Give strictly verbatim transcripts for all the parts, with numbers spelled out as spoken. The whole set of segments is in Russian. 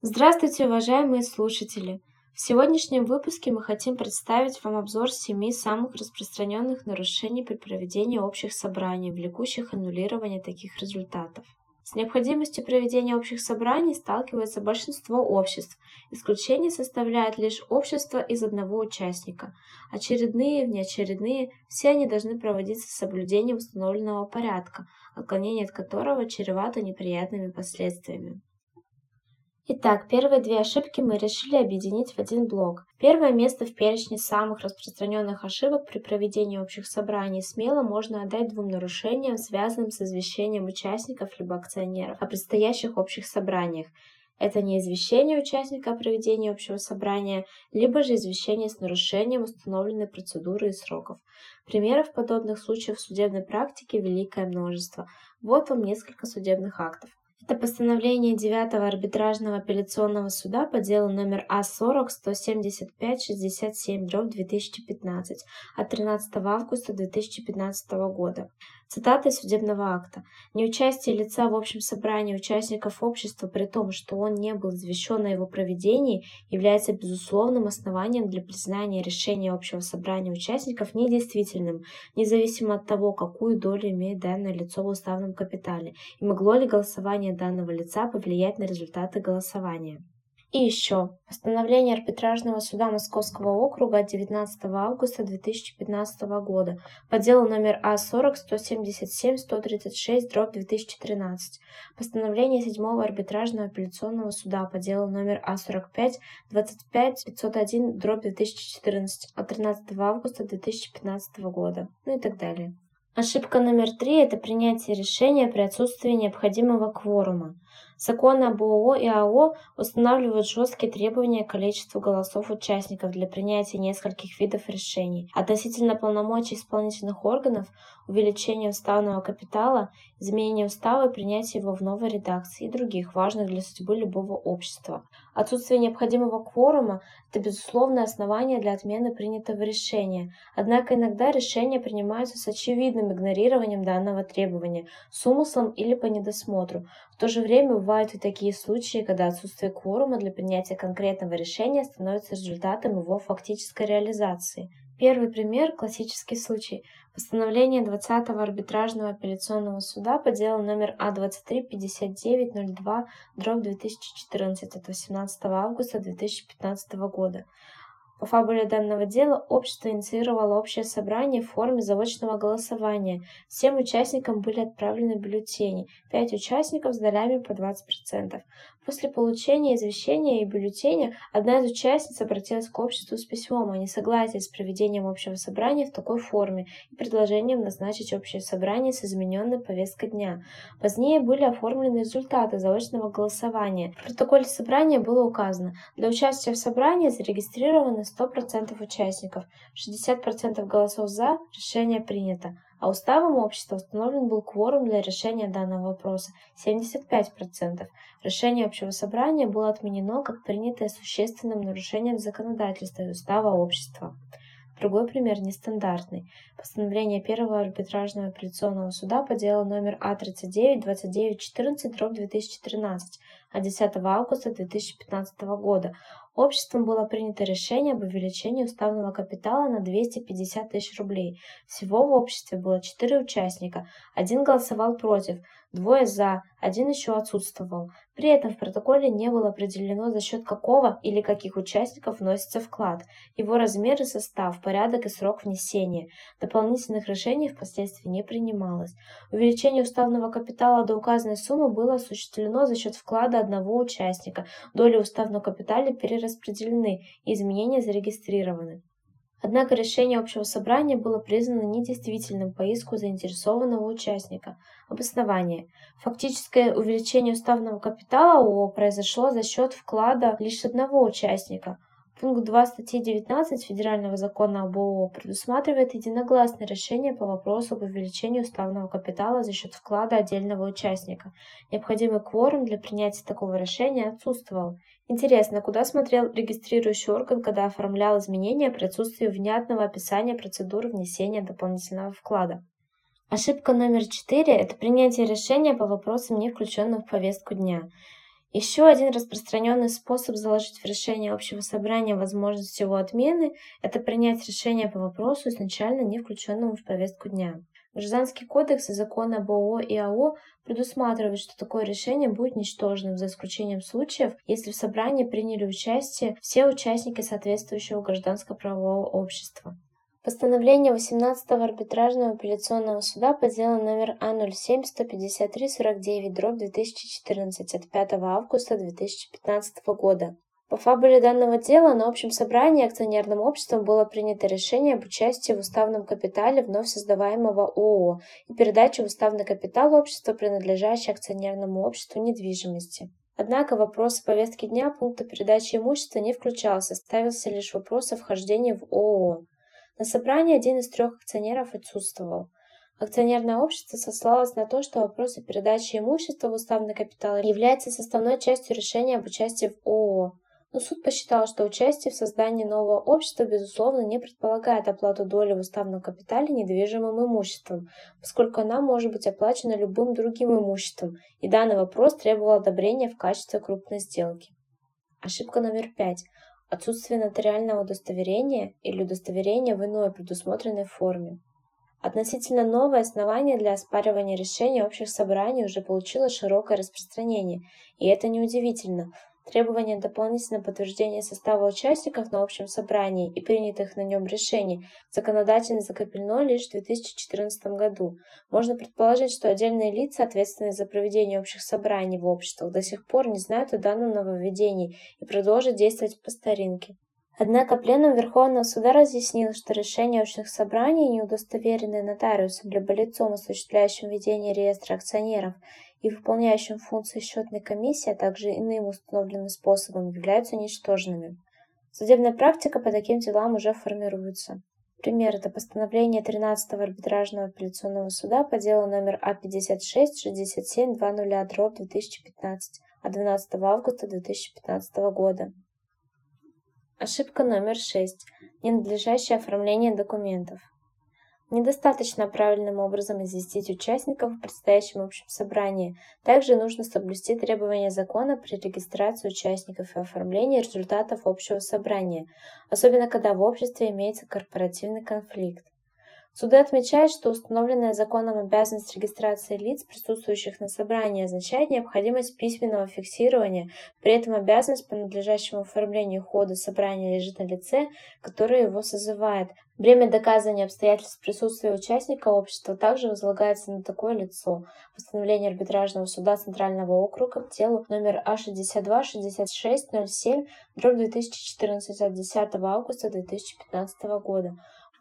Здравствуйте, уважаемые слушатели! В сегодняшнем выпуске мы хотим представить вам обзор семи самых распространенных нарушений при проведении общих собраний, влекущих аннулирование таких результатов. С необходимостью проведения общих собраний сталкивается большинство обществ. Исключение составляет лишь общество из одного участника. Очередные, внеочередные, все они должны проводиться с соблюдением установленного порядка, отклонение от которого чревато неприятными последствиями. Итак, первые две ошибки мы решили объединить в один блок. Первое место в перечне самых распространенных ошибок при проведении общих собраний смело можно отдать двум нарушениям, связанным с извещением участников либо акционеров о предстоящих общих собраниях. Это не извещение участника о проведении общего собрания, либо же извещение с нарушением установленной процедуры и сроков. Примеров подобных случаев в судебной практике великое множество. Вот вам несколько судебных актов. Это постановление девятого арбитражного апелляционного суда по делу номер А сорок сто семьдесят пять шестьдесят семь дробь две тысячи пятнадцать от тринадцатого августа две тысячи пятнадцатого года. Цитата из судебного акта. Неучастие лица в общем собрании участников общества при том, что он не был извещен о его проведении, является безусловным основанием для признания решения общего собрания участников недействительным, независимо от того, какую долю имеет данное лицо в уставном капитале, и могло ли голосование данного лица повлиять на результаты голосования. И еще. Постановление арбитражного суда Московского округа от девятнадцатого августа две тысячи пятнадцатого года по делу номер А сорок сто семьдесят семь сто тридцать шесть дробь две тысячи тринадцать. Постановление седьмого арбитражного апелляционного суда по делу номер А сорок пять двадцать пять пятьсот один дробь две тысячи четырнадцать от тринадцатого августа две тысячи пятнадцатого года. Ну и так далее. Ошибка номер три – это принятие решения при отсутствии необходимого кворума. Законы об ООО и АО устанавливают жесткие требования к количеству голосов участников для принятия нескольких видов решений относительно полномочий исполнительных органов, увеличения уставного капитала, изменения устава и принятия его в новой редакции и других важных для судьбы любого общества. Отсутствие необходимого кворума – это безусловное основание для отмены принятого решения, однако иногда решения принимаются с очевидным игнорированием данного требования, с умыслом или по недосмотру. В то же время бывают и такие случаи, когда отсутствие кворума для принятия конкретного решения становится результатом его фактической реализации. Первый пример – классический случай. Постановление двадцатого арбитражного апелляционного суда по делу номер А двадцать три пятьдесят девять ноль два дробь две тысячи четырнадцать от восемнадцатого августа две тысячи пятнадцатого года. По фабуле данного дела общество инициировало общее собрание в форме заочного голосования. Всем участникам были отправлены бюллетени, пять участников с долями по двадцать процентов. После получения извещения и бюллетеня одна из участниц обратилась к обществу с письмом о несогласии с проведением общего собрания в такой форме и предложением назначить общее собрание с измененной повесткой дня. Позднее были оформлены результаты заочного голосования. В протоколе собрания было указано: для участия в собрании зарегистрированы сто процентов участников, шестьдесят процентов голосов «за», решение принято, а уставом общества установлен был кворум для решения данного вопроса – семьдесят пять процентов. Решение общего собрания было отменено как принятое существенным нарушением законодательства и устава общества. Другой пример нестандартный. Постановление первого арбитражного апелляционного суда по делу номер А тридцать девять двадцать девять четырнадцать дробь две тысячи тринадцать от десятого августа две тысячи пятнадцатого года. Обществом было принято решение об увеличении уставного капитала на двести пятьдесят тысяч рублей. Всего в обществе было четыре участника. Один голосовал против, двое за, один еще отсутствовал. При этом в протоколе не было определено, за счет какого или каких участников вносится вклад, его размер и состав, порядок и срок внесения. Дополнительных решений впоследствии не принималось. Увеличение уставного капитала до указанной суммы было осуществлено за счет вклада одного участника. Доли уставного капитала перераспределены и изменения зарегистрированы. Однако решение общего собрания было признано недействительным по иску заинтересованного участника. Обоснование. Фактическое увеличение уставного капитала ООО произошло за счет вклада лишь одного участника. Пункт два статьи девятнадцать Федерального закона об ООО предусматривает единогласное решение по вопросу об увеличении уставного капитала за счет вклада отдельного участника. Необходимый кворум для принятия такого решения отсутствовал. Интересно, куда смотрел регистрирующий орган, когда оформлял изменения при отсутствии внятного описания процедуры внесения дополнительного вклада? Ошибка номер четыре – это принятие решения по вопросам, не включенным в повестку дня. Еще один распространенный способ заложить в решение общего собрания возможность его отмены– это принять решение по вопросу, изначально не включенному в повестку дня. Гражданский кодекс и законы об ООО и АО предусматривают, что такое решение будет ничтожным, за исключением случаев, если в собрании приняли участие все участники соответствующего гражданско-правового общества. Постановление восемнадцатого арбитражного апелляционного суда по делу номер А ноль семь сто пятьдесят три сорок девять дробь две тысячи четырнадцать от пятого августа две тысячи пятнадцатого года. По фабуле данного дела на общем собрании акционерным обществом было принято решение об участии в уставном капитале вновь создаваемого ООО и передаче в уставный капитал общества, принадлежащей акционерному обществу недвижимости. Однако вопрос повестки дня пункта передачи имущества не включался, ставился лишь вопрос о вхождении в ООО. На собрании один из трех акционеров отсутствовал. Акционерное общество сослалось на то, что вопрос о передаче имущества в уставный капитал является составной частью решения об участии в ООО. Но суд посчитал, что участие в создании нового общества, безусловно, не предполагает оплату доли в уставном капитале недвижимым имуществом, поскольку она может быть оплачена любым другим имуществом, и данный вопрос требовал одобрения в качестве крупной сделки. Ошибка номер пять. Отсутствие нотариального удостоверения или удостоверения в иной предусмотренной форме. Относительно новое основание для оспаривания решений общих собраний уже получило широкое распространение, и это неудивительно. Требование дополнительного подтверждения состава участников на общем собрании и принятых на нем решений законодательно закреплено лишь в две тысячи четырнадцатом году. Можно предположить, что отдельные лица, ответственные за проведение общих собраний в обществах, до сих пор не знают о данном нововведении и продолжат действовать по старинке. Однако Пленум Верховного Суда разъяснил, что решения общих собраний, не удостоверенные нотариусом либо лицом, осуществляющим ведение реестра акционеров и выполняющим функции счетной комиссии, а также иным установленным способом, являются ничтожными. Судебная практика по таким делам уже формируется. Пример – это постановление тринадцатого арбитражного апелляционного суда по делу номер А пятьдесят шесть шестьдесят семь двадцать дробь две тысячи пятнадцать от двенадцатого августа две тысячи пятнадцатого года. Ошибка номер шесть. Ненадлежащее оформление документов. Недостаточно правильным образом известить участников о предстоящем общем собрании. Также нужно соблюсти требования закона при регистрации участников и оформлении результатов общего собрания, особенно когда в обществе имеется корпоративный конфликт. Суды отмечают, что установленная законом обязанность регистрации лиц, присутствующих на собрании, означает необходимость письменного фиксирования, при этом обязанность по надлежащему оформлению хода собрания лежит на лице, которое его созывает. Бремя доказывания обстоятельств присутствия участника общества также возлагается на такое лицо. Постановление арбитражного суда Центрального округа по делу номер А шестьдесят два шестьдесят шесть ноль семь дробь две тысячи четырнадцать от десятого августа две тысячи пятнадцатого года.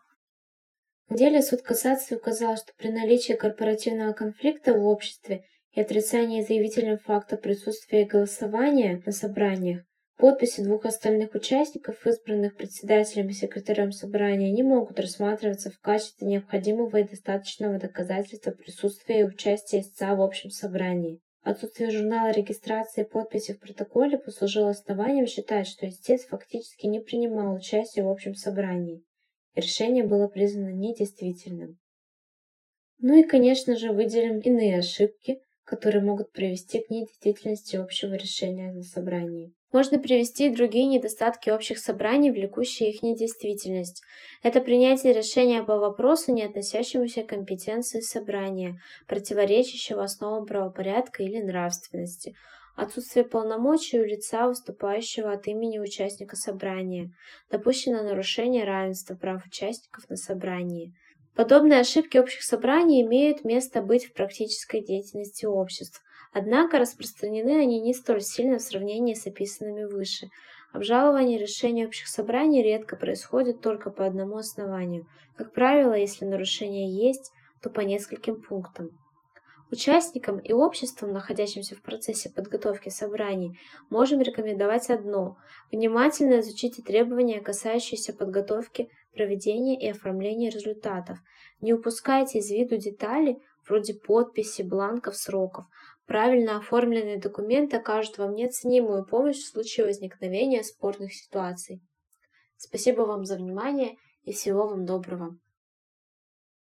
В деле суд кассации указал, что при наличии корпоративного конфликта в обществе и отрицании заявителем факта присутствия и голосования на собраниях, подписи двух остальных участников, избранных председателем и секретарем собрания, не могут рассматриваться в качестве необходимого и достаточного доказательства присутствия и участия истца в общем собрании. Отсутствие журнала регистрации и подписи в протоколе послужило основанием считать, что истец фактически не принимал участие в общем собрании. Решение было признано недействительным. Ну и, конечно же, выделим иные ошибки, которые могут привести к недействительности общего решения на собрании. Можно привести и другие недостатки общих собраний, влекущие их недействительность. Это принятие решения по вопросу, не относящемуся к компетенции собрания, противоречащего основам правопорядка или нравственности, отсутствие полномочий у лица, выступающего от имени участника собрания, допущено нарушение равенства прав участников на собрании. Подобные ошибки общих собраний имеют место быть в практической деятельности обществ, однако распространены они не столь сильно в сравнении с описанными выше. Обжалование решений общих собраний редко происходит только по одному основанию. Как правило, если нарушение есть, то по нескольким пунктам. Участникам и обществам, находящимся в процессе подготовки собраний, можем рекомендовать одно – внимательно изучите требования, касающиеся подготовки, проведения и оформления результатов. Не упускайте из виду детали, вроде подписи, бланков, сроков. Правильно оформленные документы окажут вам неоценимую помощь в случае возникновения спорных ситуаций. Спасибо вам за внимание и всего вам доброго.